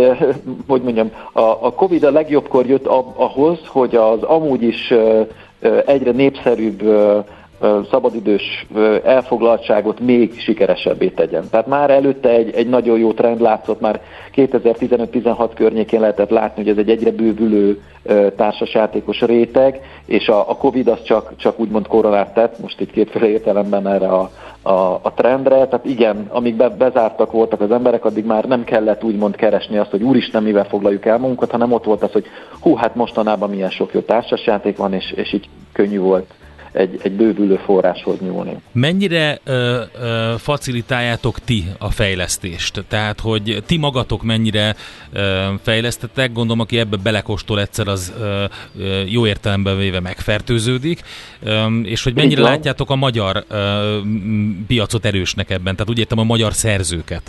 [SPEAKER 8] a Covid a legjobbkor jött ahhoz, hogy az amúgy is egyre népszerűbb szabadidős elfoglaltságot még sikeresebbé tegyen. Tehát már előtte egy nagyon jó trend látszott, már 2015-16 környékén lehetett látni, hogy ez egy egyre bővülő társasjátékos réteg, és a Covid az csak úgymond koronát tett, most itt kétféle értelemben erre a trendre, tehát igen, amíg bezártak voltak az emberek, addig már nem kellett úgymond keresni azt, hogy úristen, mivel foglaljuk el magunkat, hanem ott volt az, hogy hát mostanában milyen sok jó társasjáték van, és így könnyű volt egy bővülő forráshoz nyúlni.
[SPEAKER 5] Mennyire facilitáljátok ti a fejlesztést? Tehát, hogy ti magatok mennyire fejlesztetek, gondolom, aki ebbe belekóstol egyszer, az jó értelemben véve megfertőződik, és hogy mennyire látjátok a magyar piacot erősnek ebben, tehát úgy értem a magyar szerzőket.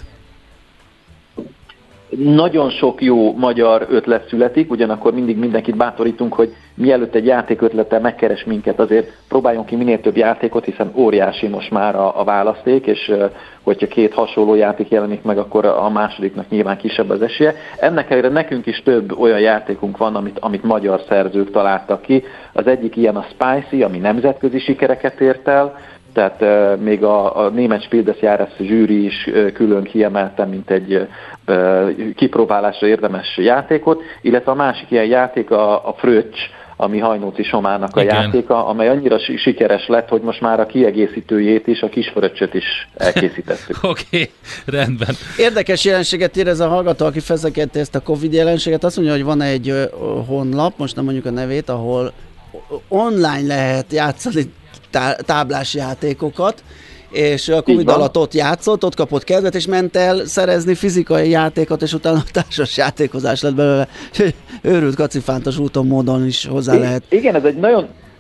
[SPEAKER 8] Nagyon sok jó magyar ötlet születik, ugyanakkor mindig mindenkit bátorítunk, hogy mielőtt egy játékötlettel megkeres minket, azért próbáljon ki minél több játékot, hiszen óriási most már a választék, és hogyha két hasonló játék jelenik meg, akkor a másodiknak nyilván kisebb az esélye. Ennek ellenére nekünk is több olyan játékunk van, amit magyar szerzők találtak ki. Az egyik ilyen a Spicy, ami nemzetközi sikereket ért el, tehát még a német Spiel des Jahres zsűri is külön kiemelte, mint egy kipróbálásra érdemes játékot, illetve a másik ilyen játék a Fröccs, ami Hajnóci Somának a játéka, amely annyira sikeres lett, hogy most már a kiegészítőjét is, a Kisfröccsöt is elkészítettük.
[SPEAKER 5] Oké, rendben.
[SPEAKER 4] Érdekes jelenséget ír ez a hallgató, aki feszegeti ezt a Covid jelenséget. Azt mondja, hogy van egy honlap, most nem mondjuk a nevét, ahol online lehet játszani táblás játékokat, és a Covid alatt ott játszott, ott kapott kedvet, és ment el szerezni fizikai játékot, és utána társas játékozás lett belőle. Őrült kacifántos úton, módon is hozzá lehet.
[SPEAKER 8] Igen, ez egy nagyon,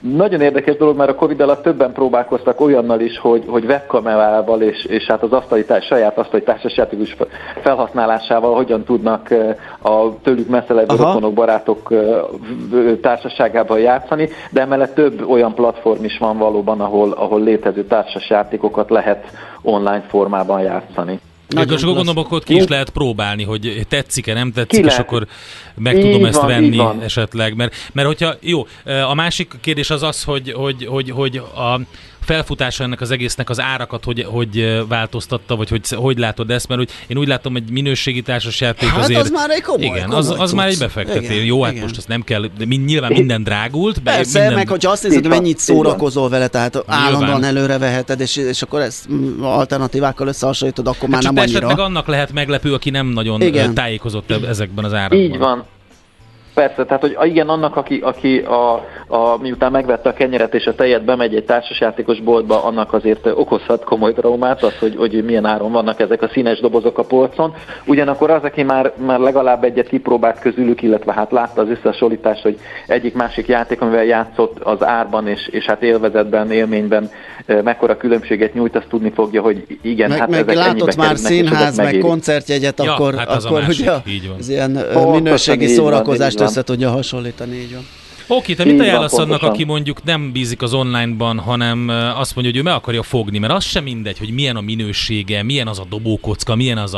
[SPEAKER 8] nagyon érdekes dolog, mert a Covid alatt többen próbálkoztak olyannal is, hogy webkamerával és hát az saját asztali társasjátékos felhasználásával hogyan tudnak a tőlük messze levő rokonok, barátok társaságában játszani, de emellett több olyan platform is van valóban, ahol létező társasjátékokat lehet online formában játszani.
[SPEAKER 5] Csak gondolom, akkor ki is lehet próbálni, hogy tetszik-e, nem tetszik, és akkor meg tudom ezt venni esetleg. Mert hogyha, jó, a másik kérdés az, hogy a felfutása ennek az egésznek az árakat, hogy változtatta, vagy hogy látod ezt, mert én úgy látom, egy minőségi társasjáték azért...
[SPEAKER 4] az már egy komoly,
[SPEAKER 5] igen, az már egy befektető. Jó, hát most azt nem kell, de nyilván minden drágult.
[SPEAKER 4] Persze,
[SPEAKER 5] minden...
[SPEAKER 4] meg hogyha azt nézed, hogy mennyit szórakozol vele, tehát állandóan előre veheted, és akkor ezt alternatívákkal összehasonlítod, akkor már nem annyira.
[SPEAKER 5] Esetleg annak lehet meglepő, aki nem nagyon tájékozott ezekben az árakban.
[SPEAKER 8] Így van. Persze, tehát hogy igen, annak, aki miután megvette a kenyeret és a tejet, bemegy egy társasjátékos boltba, annak azért okozhat komoly traumát az, hogy milyen áron vannak ezek a színes dobozok a polcon. Ugyanakkor az, aki már legalább egyet kipróbált közülük, illetve hát látta az összehasonlítást, hogy egyik-másik játék, amivel játszott az árban és hát élvezetben, élményben mekkora különbséget nyújt, azt tudni fogja, hogy igen, hát ezek ennyibe kerülnek.
[SPEAKER 4] Látott már színház, meg koncertjegyet, akkor ugye az ilyen minőségi szórakozást össze tudja hasonlítani, így van.
[SPEAKER 5] Oké, te mit ajánlasz annak, aki mondjuk nem bízik az online-ban, hanem azt mondja, hogy ő meg akarja fogni, mert az sem mindegy, hogy milyen a minősége, milyen az a dobókocka, milyen az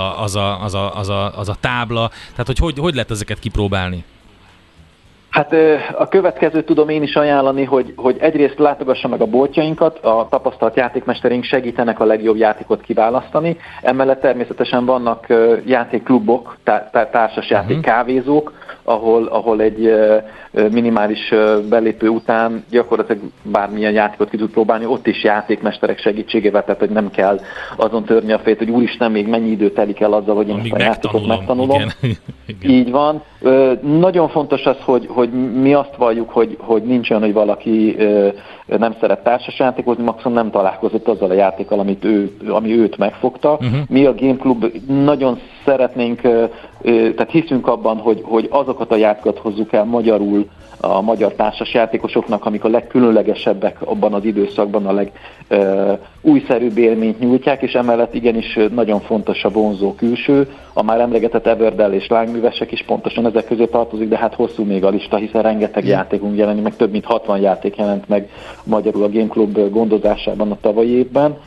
[SPEAKER 5] a tábla, tehát hogy lehet ezeket kipróbálni?
[SPEAKER 8] Hát a következőt tudom én is ajánlani, hogy egyrészt látogassa meg a boltjainkat, a tapasztalt játékmesterink segítenek a legjobb játékot kiválasztani, emellett természetesen vannak játékklubok, társasjáték kávézók, ahol egy minimális belépő után gyakorlatilag bármilyen játékot ki tud próbálni, ott is játékmesterek segítségével, tehát hogy nem kell azon törni a fejét, hogy úristen, még mennyi idő telik el azzal, hogy én ezt a játékot megtanulom. Igen. Így van. Nagyon fontos az, hogy mi azt valljuk, hogy nincs olyan, hogy valaki nem szeret társasjátékozni, maximum nem találkozott azzal a játékkal, ami őt megfogta. Mi a Game Club nagyon szeretnénk, tehát hiszünk abban, hogy azokat a játékokat hozzuk el magyarul a magyar társasjátékosoknak, amik a legkülönlegesebbek abban az időszakban, a legújszerűbb élményt nyújtják, és emellett igenis nagyon fontos a vonzó külső. A már emlegetett Everdell és lángművesek is pontosan ezek közé tartozik, de hát hosszú még a lista, hiszen rengeteg játékunk jelenik, meg több mint 60 játék jelent meg magyarul a Game Club gondozásában a tavalyi évben.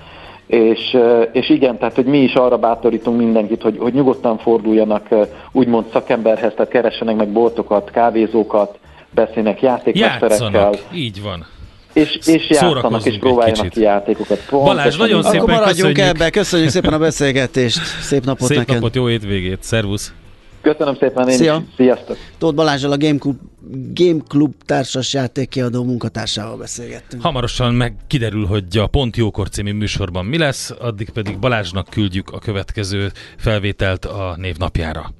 [SPEAKER 8] És igen, tehát hogy mi is arra bátorítunk mindenkit, hogy nyugodtan forduljanak úgymond szakemberhez, tehát keressenek meg boltokat, kávézókat, beszélnek játékmesterekkel.
[SPEAKER 5] Játszanak, így van.
[SPEAKER 8] És játszanak, és próbáljanak ki játékokat.
[SPEAKER 5] Balázs, nagyon szépen
[SPEAKER 4] akkor maradjunk ebbe, köszönjük szépen a beszélgetést, szép napot neked.
[SPEAKER 5] Szép napot, jó hétvégét, szervusz.
[SPEAKER 8] Köszönöm szépen, én is. Sziasztok.
[SPEAKER 4] Tóth Balázsral, a Game Club társasjátékkiadó munkatársával beszélgettünk.
[SPEAKER 5] Hamarosan meg kiderül, hogy a Pont Jókor című műsorban mi lesz, addig pedig Balázsnak küldjük a következő felvételt a névnapjára.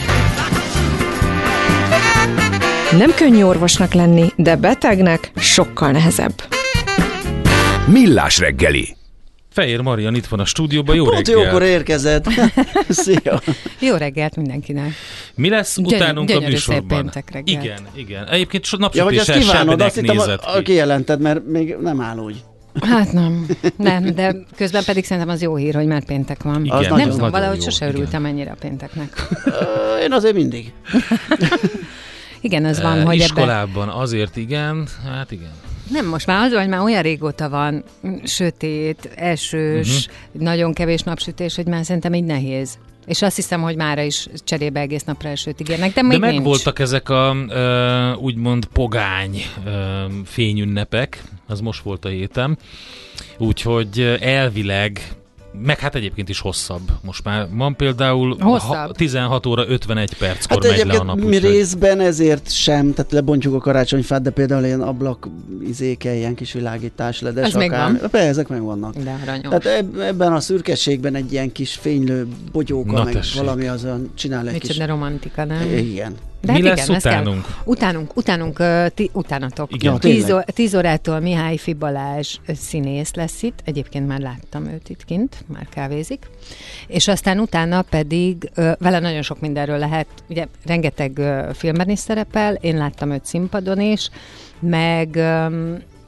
[SPEAKER 3] Nem könnyű orvosnak lenni, de betegnek sokkal nehezebb.
[SPEAKER 1] Millás reggeli.
[SPEAKER 5] Fehér Marian itt van a stúdióban, jó reggelt!
[SPEAKER 4] Pont jókor érkezett. Szia!
[SPEAKER 9] Jó reggelt mindenkinek!
[SPEAKER 5] Mi lesz utánunk a műsorban? Igen. Egyébként napsütés elsőbbnek nézett ki.
[SPEAKER 4] Kijelented, mert még nem áll úgy.
[SPEAKER 9] Hát nem, de közben pedig szerintem az jó hír, hogy már péntek van.
[SPEAKER 5] Igen,
[SPEAKER 9] nem tudom, valahogy sose örültem ennyire a pénteknek.
[SPEAKER 4] Én azért mindig.
[SPEAKER 9] Igen, az van, hogy
[SPEAKER 5] iskolában azért igen, hát igen.
[SPEAKER 9] Nem, most már az, hogy már olyan régóta van sötét, esős, nagyon kevés napsütés, hogy már szerintem így nehéz. És azt hiszem, hogy mára is cserébe egész napra esőt ígérnek, de még nincs.
[SPEAKER 5] Megvoltak ezek a úgymond pogány fényünnepek, az most volt a héten, úgyhogy elvileg, meg hát egyébként is hosszabb. Most már van például 16 óra 51 perckor megy le a nap.
[SPEAKER 4] Mi részben ezért sem, tehát lebontjuk a karácsonyfát, de például ilyen ablak izéke, ilyen kis világítás, ledes
[SPEAKER 9] ez akár.
[SPEAKER 4] Még van? Ezek meg vannak.
[SPEAKER 9] De aranyos.
[SPEAKER 4] Tehát ebben a szürkességben egy ilyen kis fénylő bogyóka, meg valami azon csinál egy kis...
[SPEAKER 9] Micsoda romantika, nem?
[SPEAKER 4] Igen.
[SPEAKER 5] De mi lesz utánunk?
[SPEAKER 9] Utánatok.
[SPEAKER 5] Igen.
[SPEAKER 9] 10 órától Mihály Fi Balázs színész lesz itt, egyébként már láttam őt itt kint, már kávézik, és aztán utána pedig vele nagyon sok mindenről lehet, ugye rengeteg filmben is szerepel, én láttam őt színpadon is, meg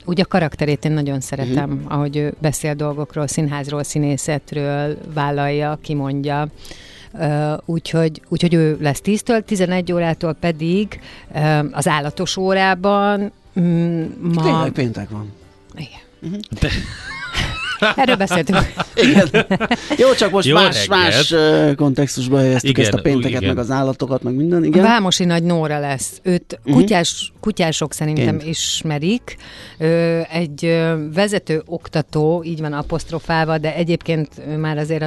[SPEAKER 9] Úgy a karakterét én nagyon szeretem, ahogy ő beszél dolgokról, színházról, színészetről, vállalja, kimondja. Úgyhogy ő lesz 10-től, 11 órától pedig az állatos órában ma...
[SPEAKER 4] Tényleg péntek van.
[SPEAKER 9] Igen. Erről beszéltünk.
[SPEAKER 4] Igen. Jó, csak most más kontextusba helyeztük ezt a pénteket, meg az állatokat, meg minden. Igen.
[SPEAKER 9] Vámosi Nagy Nóra lesz. Őt kutyások szerintem ismerik. Egy vezető oktató, így van apostrofálva, de egyébként már azért a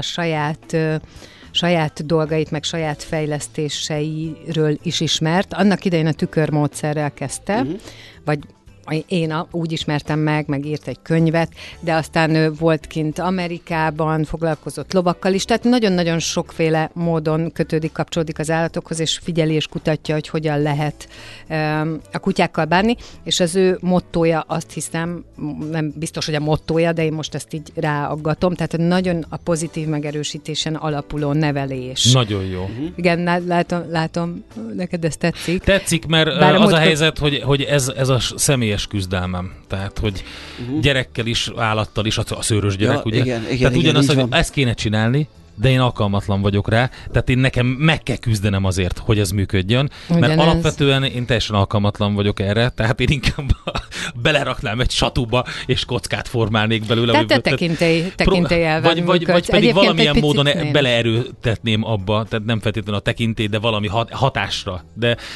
[SPEAKER 9] saját dolgait, meg saját fejlesztéseiről is ismert. Annak idején a tükörmódszerrel kezdte, vagy én úgy ismertem meg írt egy könyvet, de aztán ő volt kint Amerikában, foglalkozott lovakkal is, tehát nagyon-nagyon sokféle módon kapcsolódik az állatokhoz, és figyeli és kutatja, hogy hogyan lehet a kutyákkal bánni, és az ő mottója, azt hiszem, nem biztos, hogy a mottója, de én most ezt így ráaggatom, tehát nagyon a pozitív megerősítésen alapuló nevelés.
[SPEAKER 5] Nagyon jó.
[SPEAKER 9] Igen, látom, neked ez tetszik.
[SPEAKER 5] Tetszik, mert az a helyzet, hogy ez a személyes küzdelmem. Tehát, hogy gyerekkel is, állattal is, a szőrös gyerek, ugye?
[SPEAKER 4] Igen,
[SPEAKER 5] tehát ugyanaz, hogy ezt kéne csinálni, de én alkalmatlan vagyok rá, tehát én nekem meg kell küzdenem azért, hogy ez működjön, mert alapvetően én teljesen alkalmatlan vagyok erre, tehát én inkább beleraknám egy satuba, és kockát formálnék belőle.
[SPEAKER 9] Tehát te tekintélyelven
[SPEAKER 5] vagy pedig valamilyen módon beleerőtetném abba, tehát nem feltétlenül a tekintély, de valami hatásra.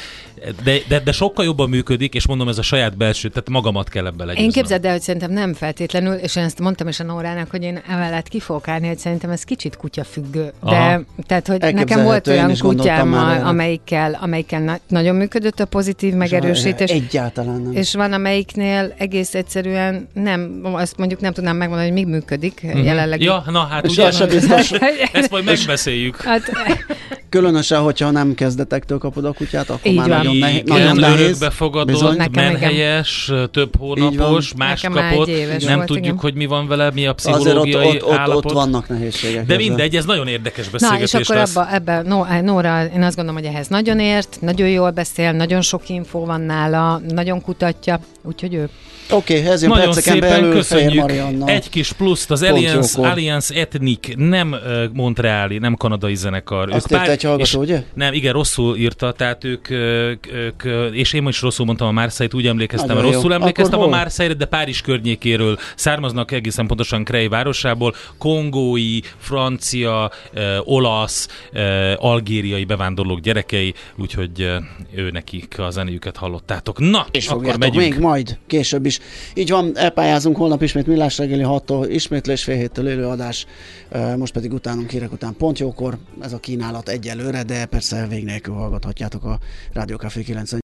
[SPEAKER 5] De sokkal jobban működik, és mondom, ez a saját belső, tehát magamat kell ebbe legyőznem.
[SPEAKER 9] Én képzeld el, hogy szerintem nem feltétlenül, és én ezt mondtam is a Nórának, hogy én emellett ki fogok állni, hogy szerintem ez kicsit kutyafüggő. De tehát, hogy nekem volt olyan kutyám, amelyikkel nagyon működött a pozitív megerősítés.
[SPEAKER 4] Egyáltalán nem.
[SPEAKER 9] És van, amelyiknél egész egyszerűen nem, azt mondjuk nem tudnám megmondani, hogy mi működik jelenleg.
[SPEAKER 5] Ja, na hát ugye, ezt majd megbeszéljük.
[SPEAKER 4] Különösen, hogyha nem kezdetektől kapod a kutyát, akkor
[SPEAKER 9] így
[SPEAKER 4] már
[SPEAKER 9] van.
[SPEAKER 4] nagyon nehéz.
[SPEAKER 5] Örökbefogadott, menhelyes, több hónapos, más kapott, nem tudjuk, hogy mi van vele, mi a pszichológiai állapot.
[SPEAKER 4] Ott vannak nehézségek.
[SPEAKER 5] De mindegy, ez nagyon érdekes beszélgetés lesz.
[SPEAKER 9] Na, és akkor ebben Nóra, én azt gondolom, hogy ehhez nagyon ért, nagyon jól beszél, nagyon sok infó van nála, nagyon kutatja, úgyhogy ő.
[SPEAKER 4] Oké, ez jön
[SPEAKER 5] nagyon
[SPEAKER 4] perceken belül,
[SPEAKER 5] köszönjük. Egy kis pluszt, az Alliance Ethnic, nem montreali, nem kanadai zenekar.
[SPEAKER 4] Azt írta egy hallgató, ugye?
[SPEAKER 5] Nem, igen, rosszul írta, tehát ők és én is rosszul mondtam a Marseille-t, úgy emlékeztem,
[SPEAKER 4] nagyon
[SPEAKER 5] rosszul
[SPEAKER 4] jó.
[SPEAKER 5] emlékeztem a Marseille-re, de Párizs környékéről származnak, egészen pontosan Creil városából, kongói, francia, olasz, algériai bevándorlók gyerekei, úgyhogy őnekik a zenéjüket hallottátok. Na,
[SPEAKER 4] és
[SPEAKER 5] akkor megyünk.
[SPEAKER 4] még majd később is. Így van, elpályázunk holnap ismét Millás reggeli 6-tól, ismétlés fél héttől élő adás, most pedig utánunk hírek után pont jókor, ez a kínálat egyelőre, de persze vég nélkül hallgathatjátok a Rádió Café 9.